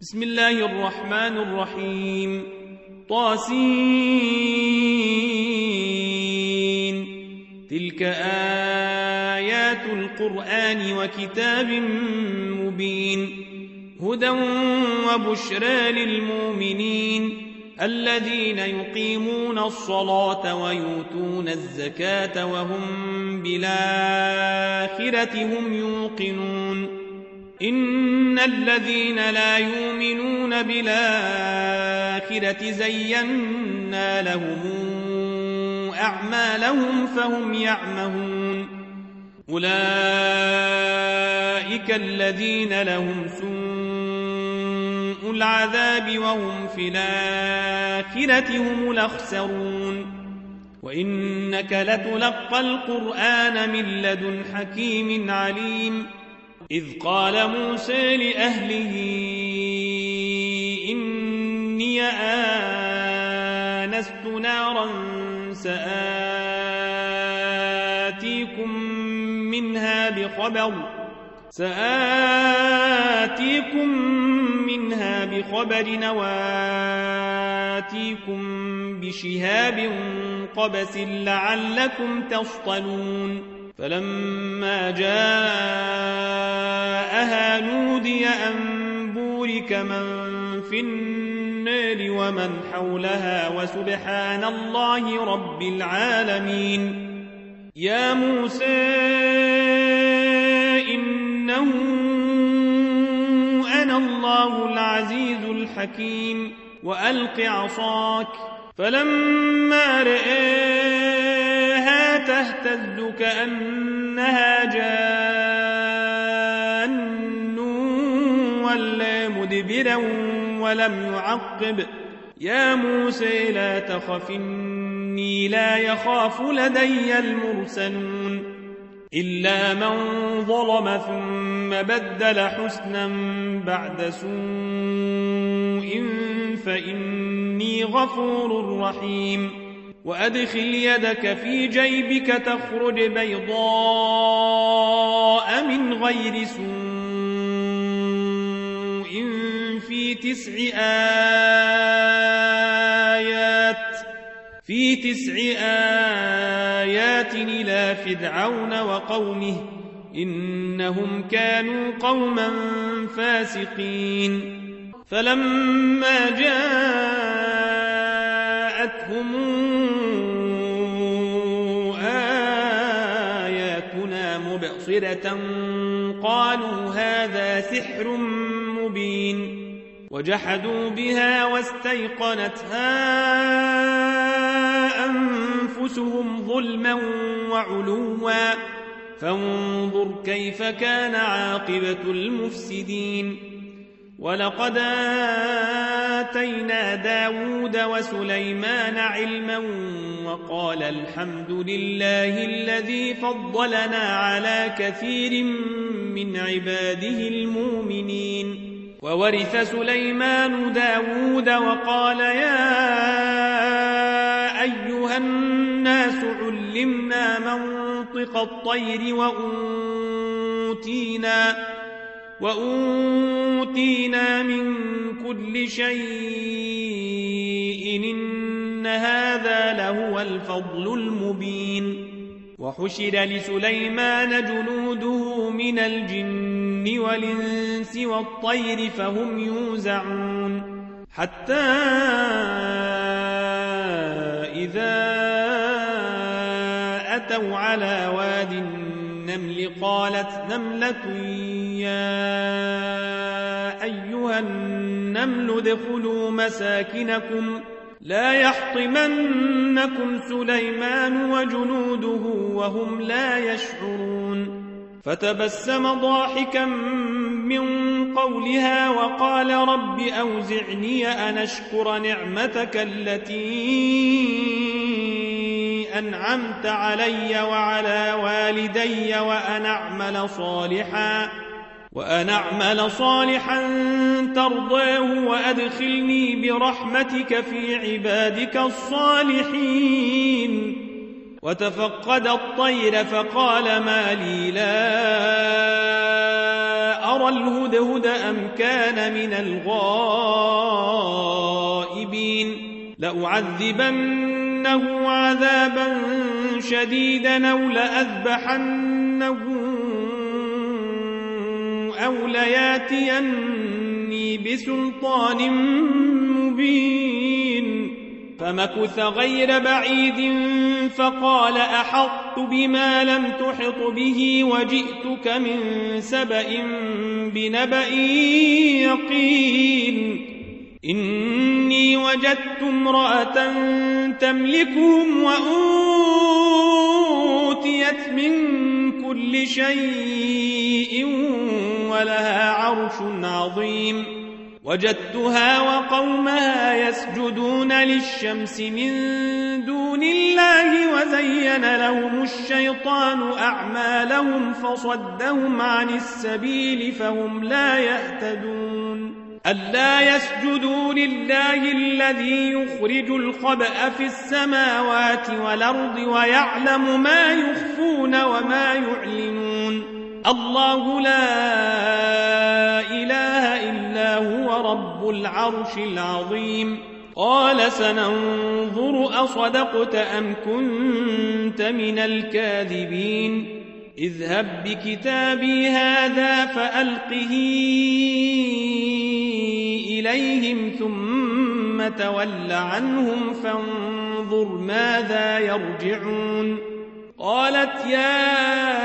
بسم الله الرحمن الرحيم طاسين تلك آيات القرآن وكتاب مبين هدى وبشرى للمؤمنين الذين يقيمون الصلاة ويؤتون الزكاة وهم بالآخرة هم يوقنون إن الذين لا يؤمنون بالآخرة زينا لهم أعمالهم فهم يعمهون أولئك الذين لهم سوء العذاب وهم في الآخرة هم الأخسرون وإنك لتلقى القرآن من لدن حكيم عليم إذ قال موسى لأهله إني آنست نارا سآتيكم منها بخبر وآتيكم بشهاب قبس لعلكم تصطلون فلما جاءها نودي أن بورك من في النار ومن حولها وسبحان الله رب العالمين يا موسى إنه أنا الله العزيز الحكيم وألق عصاك فلما رآها تهتز كأنها جان ولا مدبرا ولم يعقب يا موسى لا تخف إني لا يخاف لدي المرسلون إلا من ظلم ثم بدل حسنا بعد سوء فإني غفور رحيم وأدخل يدك في جيبك تخرج بيضاء من غير سوء في تسع آيات إلى فرعون وقومه إنهم كانوا قوما فاسقين فلما جاءتهم آياتنا مبصرة قالوا هذا سحر مبين وجحدوا بها واستيقنتها أنفسهم ظلما وعلوا فانظر كيف كان عاقبة المفسدين ولقد آتينا داود وسليمان علما وقال الحمد لله الذي فضلنا على كثير من عباده المؤمنين وورث سليمان داود وقال يا أيها الناس علمنا منطق الطير وأوتينا من كل شيء إن هذا لهو الفضل المبين وحشر لسليمان جنوده من الجن والإنس والطير فهم يوزعون حتى إذا أتوا على واد النمل قالت نملة يا أيها النمل ادخلوا مساكنكم لا يحطمنكم سليمان وجنوده وهم لا يشعرون فتبسم ضاحكا من قولها وقال رب أوزعني أن أشكر نعمتك التي أنعمت علي وعلى والدي وأن أعمل صالحا ترضاه وأدخلني برحمتك في عبادك الصالحين وتفقد الطير فقال ما لي لا حضر الهدهد أم كان من الغائبين لأعذبنه عذابا شديدا أو لأذبحنه أو لياتيني بسلطان مبين فمكث غير بعيد فقال أحطت بما لم تحط به وجئتك من سبأ بنبأ يقين إني وجدت امرأة تملكهم وأوتيت من كل شيء ولها عرش عظيم وجدتها وقومها يسجدون للشمس من دون الله وزين لهم الشيطان أعمالهم فصدهم عن السبيل فهم لا يهتدون ألا يسجدوا لله الذي يخرج الخبأ في السماوات والأرض ويعلم ما يخفون وما يعلنون الله لا إله إلا هو رب العرش العظيم قال سننظر أصدقت أم كنت من الكاذبين اذهب بكتابي هذا فألقه إليهم ثم تول عنهم فانظر ماذا يرجعون قالت يا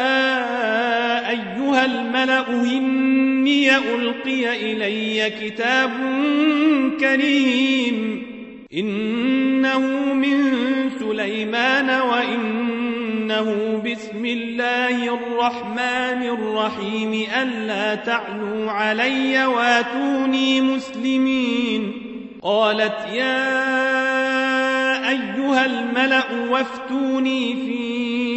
أيها الملأ إني ألقي إلي كتاب كريم إنه من سليمان وإنه بسم الله الرحمن الرحيم ألا تعلوا علي واتوني مسلمين قالت يا أيها الملأ وافتوني في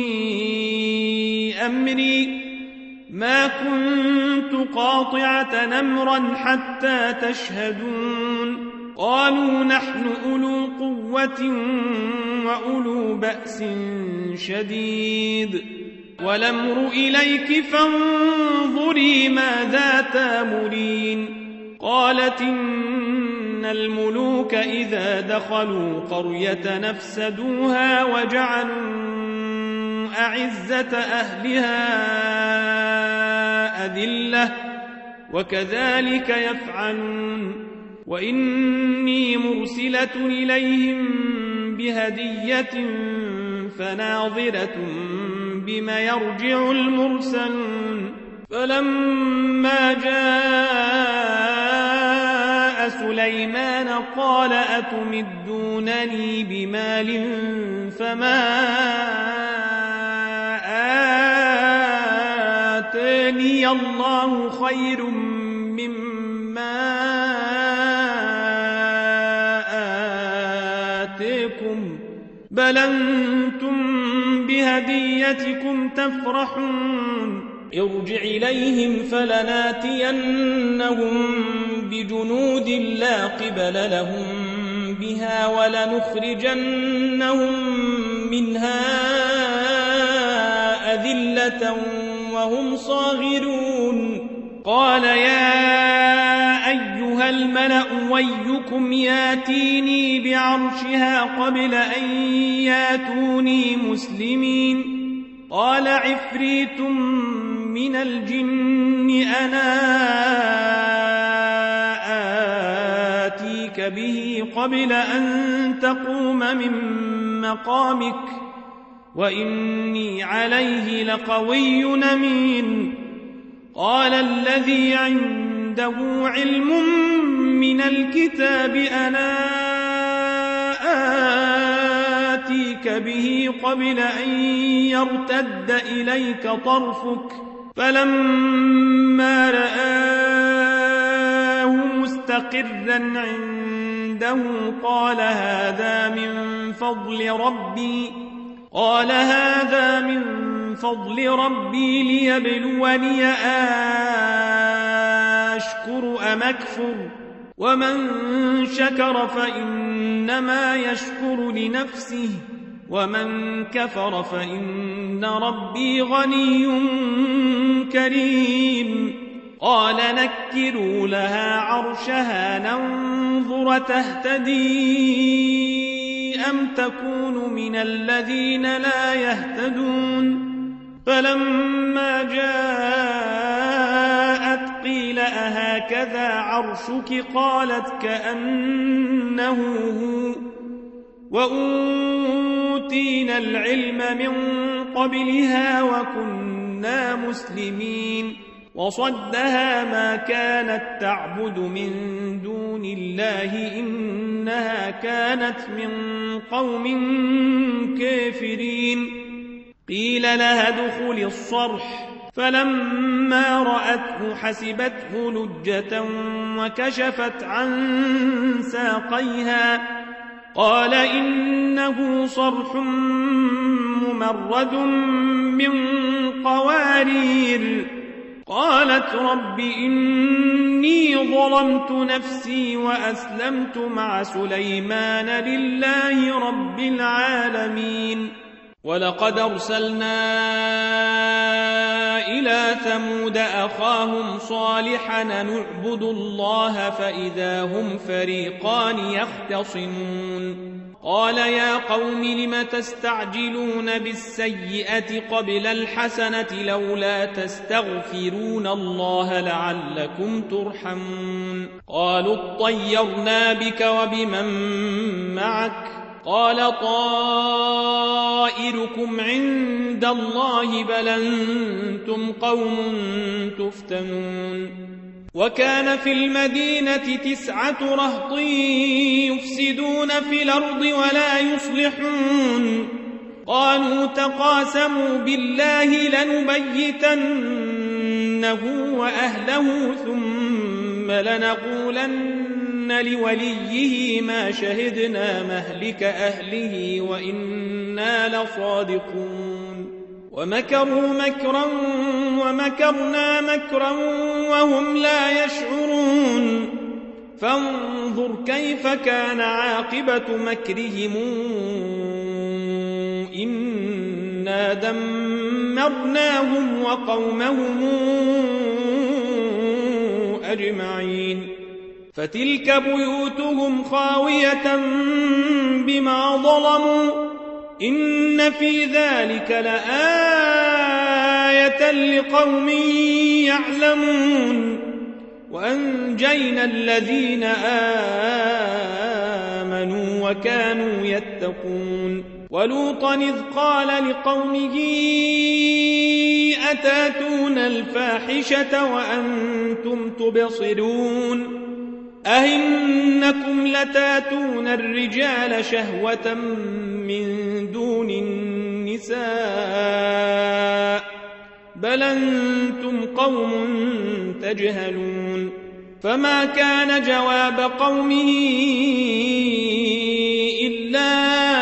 أمري ما كنت قاطعة أمرا حتى تشهدون قالوا نحن أولو قوة وأولو بأس شديد والأمر إليك فانظري ماذا تامرين قالت إن الملوك إذا دخلوا قرية نفسدوها وجعلوا أعزة أهلها أذلة وكذلك يفعلون وإني مرسلة إليهم بهدية فناظرة بما يرجع المرسلون فلما جاء سليمان قال أتمدونني بمال فما آتاني الله خير مما آتيكم بل أنتم بهديتكم تفرحون ارجع إليهم فلناتينهم بجنود لا قبل لهم بها ولنخرجنهم منها أذلة وهم صاغرون قال يا أيها الملأ ويكم ياتيني بعرشها قبل أن ياتوني مسلمين قال عفريت من الجن أنا آتيك به قبل أن تقوم من مقامك وإني عليه لقوي أمين قال الذي عنده علم من الكتاب أنا آتيك به قبل أن يرتد إليك طرفك فلما رآه مستقرا عنده قال هذا من فضل ربي ليبلوني أشكر أم أكفر ومن شكر فإنما يشكر لنفسه ومن كفر فإن ربي غني كريم قال نكروا لها عرشها ننظر تهتدي أم تكون من الذين لا يهتدون فلما جاءت قيل أهكذا عرشك قالت كأنه هو وأوتينا العلم من قبلها وكنا مسلمين وصدها ما كانت تعبد من دون الله إنها كانت من قوم كافرين قيل لها ادخل الصرح فلما رأته حسبته لجة وكشفت عن ساقيها قال إنه صرح ممرد من قوارير قالت رب إني ظلمت نفسي وأسلمت مع سليمان لله رب العالمين ولقد أرسلنا إلى ثمود أخاهم صالحا نعبد الله فإذا هم فريقان يختصمون قال يا قوم لم تستعجلون بالسيئة قبل الحسنة لولا تستغفرون الله لعلكم ترحمون قالوا اطيرنا بك وبمن معك قال طائركم عند الله بل أنتم قوم تفتنون وكان في المدينة 9 رهط يفسدون في الأرض ولا يصلحون قالوا تقاسموا بالله لنبيتنه وأهله ثم لنقولن لوليه ما شهدنا مهلك أهله وإنا لصادقون ومكروا مكرا ومكرنا مكرا وهم لا يشعرون فانظر كيف كان عاقبة مكرهم إنا دمرناهم وقومهم أجمعين فتلك بيوتهم خاوية بما ظلموا إن في ذلك لآية لقوم يعلمون وأنجينا الذين آمنوا وكانوا يتقون ولوطا إذ قال لقومه أتاتون الفاحشة وأنتم تبصرون أئنكم لتاتون الرجال شهوة من دون النساء بل أنتم قوم تجهلون فما كان جواب قومه إلا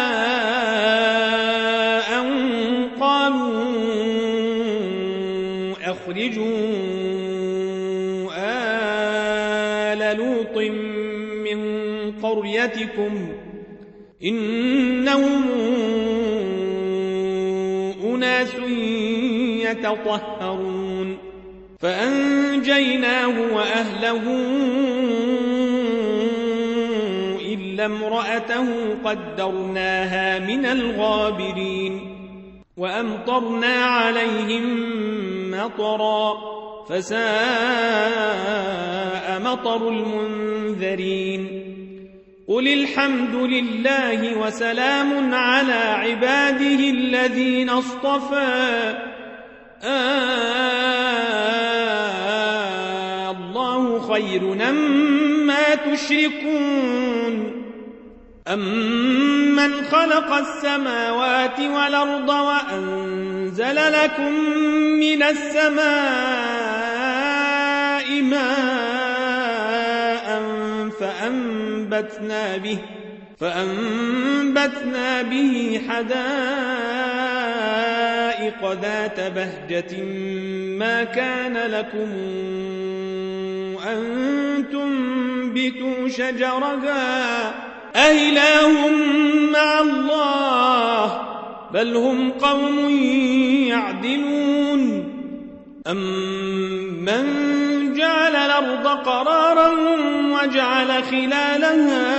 أن قالوا أخرجوا آل لوط من قريتكم إنهم أناس يتطهرون فأنجيناه وأهله إلا امرأته قدرناها من الغابرين وأمطرنا عليهم مطرا فساء مطر المنذرين قل الحمد لله وسلام على عباده الذين اصطفى الله خير أما تشركون أمن خلق السماوات والأرض وأنزل لكم من السماء ماء فأنبتنا به حدائق ذات بهجة ما كان لكم أن تنبتوا شجرها أإله مع الله بل هم قوم يعدلون أمن الأرض قرارا وجعل خلالها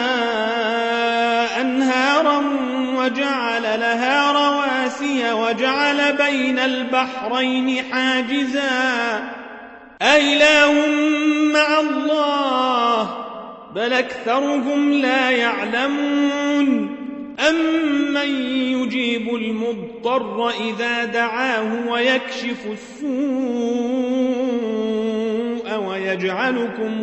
أنهارا وجعل لها رواسي وجعل بين البحرين حاجزا أإله مع الله بل أكثرهم لا يعلمون أمن يجيب المضطر إذا دعاه ويكشف السوء ويجعلكم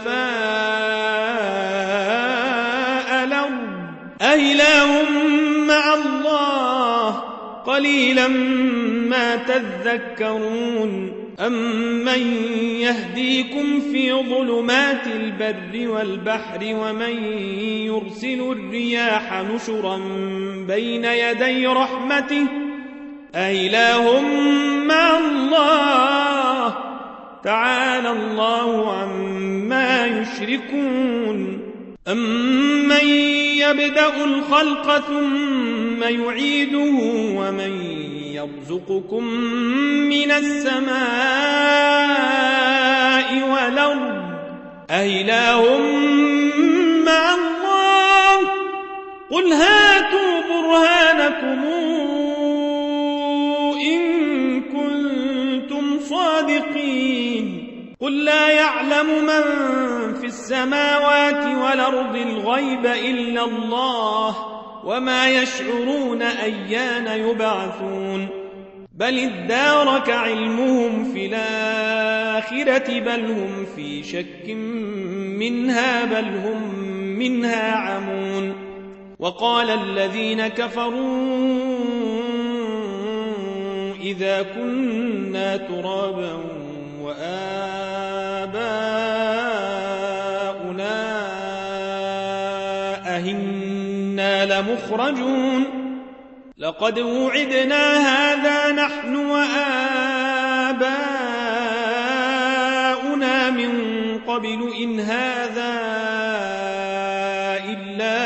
خلفاء الأرض أإله مع الله قليلا ما تذكرون أمن يهديكم في ظلمات البر والبحر ومن يرسل الرياح نشرا بين يدي رحمته أإله مع الله تعالى الله عما يشركون أمن يبدأ الخلق ثم يعيده ومن يرزقكم من السماء والأرض أإله مع الله قل هاتوا برهانكم إن كنتم صادقين قل لا يعلم من في السماوات والأرض الغيب إلا الله وما يشعرون أيان يبعثون بل ادارك علمهم في الآخرة بل هم في شك منها بل هم منها عمون وقال الذين كفروا إذا كنا ترابا وآباؤنا أهنا لمخرجون لقد وعدنا هذا نحن وآباؤنا من قبل إن هذا إلا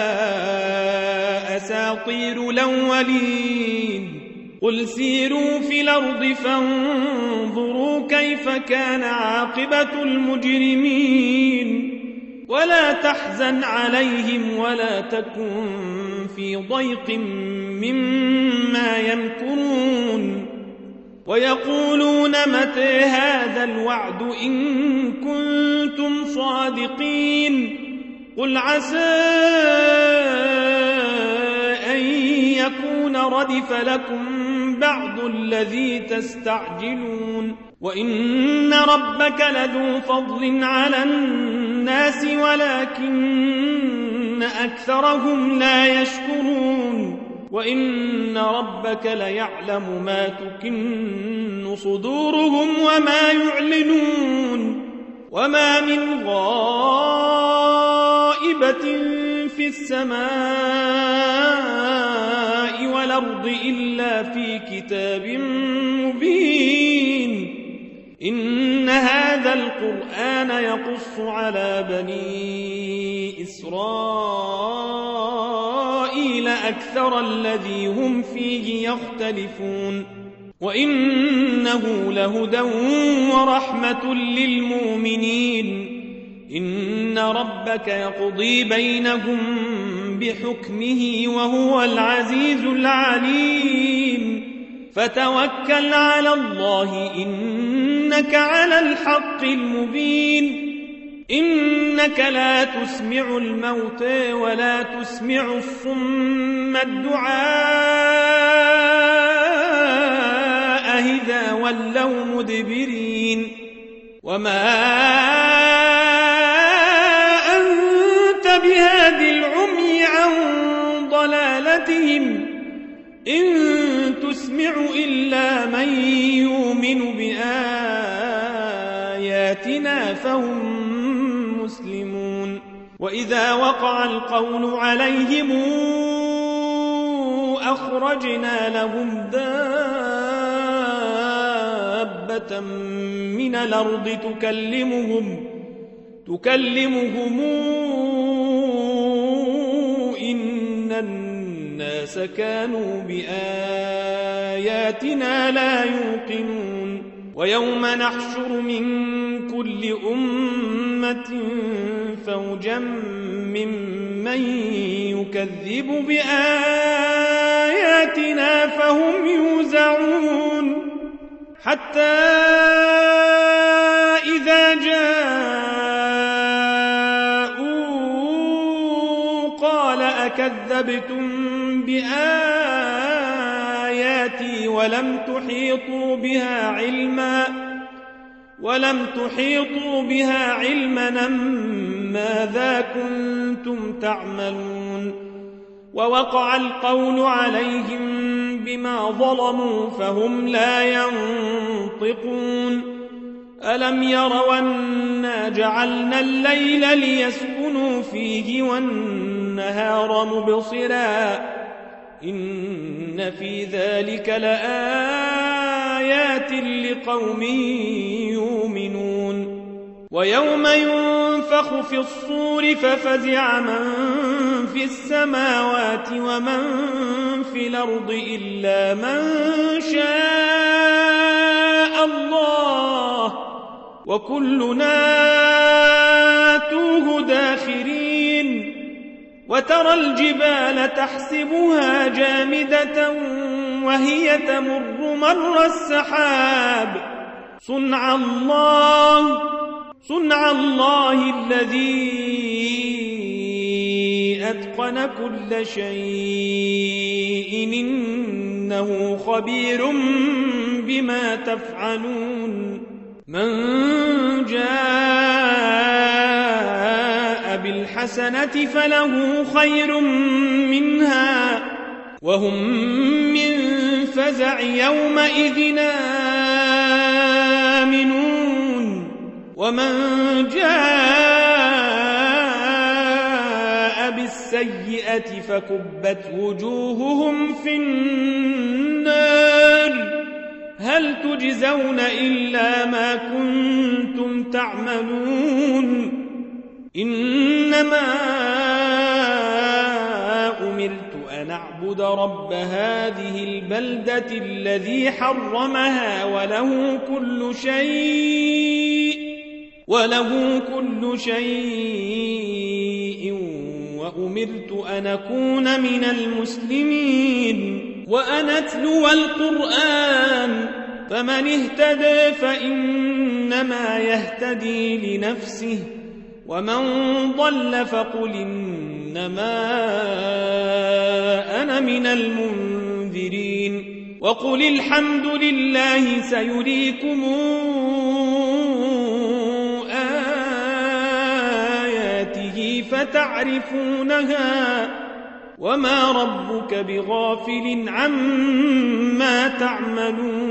أساطير الأولين قل سيروا في الأرض فانظروا كيف كان عاقبة المجرمين ولا تحزن عليهم ولا تكن في ضيق مما يمكرون ويقولون متى هذا الوعد إن كنتم صادقين قل عسى أن يكون ردف لكم بعض الذي تستعجلون وإن ربك لذو فضل على الناس ولكن أكثرهم لا يشكرون وإن ربك ليعلم ما تكن صدورهم وما يعلنون وما من غائبة في السماء والأرض إلا في كتاب مبين إن هذا القرآن يقص على بني إسرائيل أكثر الذي هم فيه يختلفون وإنه لهدى ورحمة للمؤمنين إن ربك يقضي بينهم بحكمه وهو العزيز العليم فتوكل على الله إنك على الحق المبين إنك لا تسمع الموتى ولا تسمع الصم الدعاء إذا ولوا مدبرين وما أنت بهاد العمي عن ضلالتهم إن تسمع إلا من يؤمن بآياتنا فهم مسلمون وإذا وقع القول عليهم أخرجنا لهم دابة من الأرض تكلمهم إن الناس كانوا بآياتنا لا يوقنون ويوم نحشر من كل كل أمة فوجا ممن يكذب بآياتنا فهم يوزعون حتى إذا جاءوا قال أكذبتم بآياتي ولم تحيطوا بها علما ماذا كنتم تعملون ووقع القول عليهم بما ظلموا فهم لا ينطقون ألم يروا أنا جعلنا الليل ليسكنوا فيه والنهار مبصرا إن في ذلك لآيات لقوم يؤمنون ويوم ينفخ في الصور ففزع من في السماوات ومن في الأرض إلا من شاء الله وكلنا آتوه داخرين وترى الجبال تحسبها جامدة وهي تمر مر السحاب صنع الله الذي أتقن كل شيء إنه خبير بما تفعلون من جاء بالحسنة فله خير منها وهم من فزع يومئذ آمنون ومن جاء بالسيئة فكبت وجوههم في النار هل تجزون إلا ما كنتم تعملون إنما أمرت أن أعبد رب هذه البلدة الذي حرمها وله كل شيء وأمرت أن أكون من المسلمين وأن أتلو القرآن فمن اهتدى فإنما يهتدي لنفسه ومن ضل فقل إنما أنا من المنذرين وقل الحمد لله سيريكم آياته فتعرفونها وما ربك بغافل عما تعملون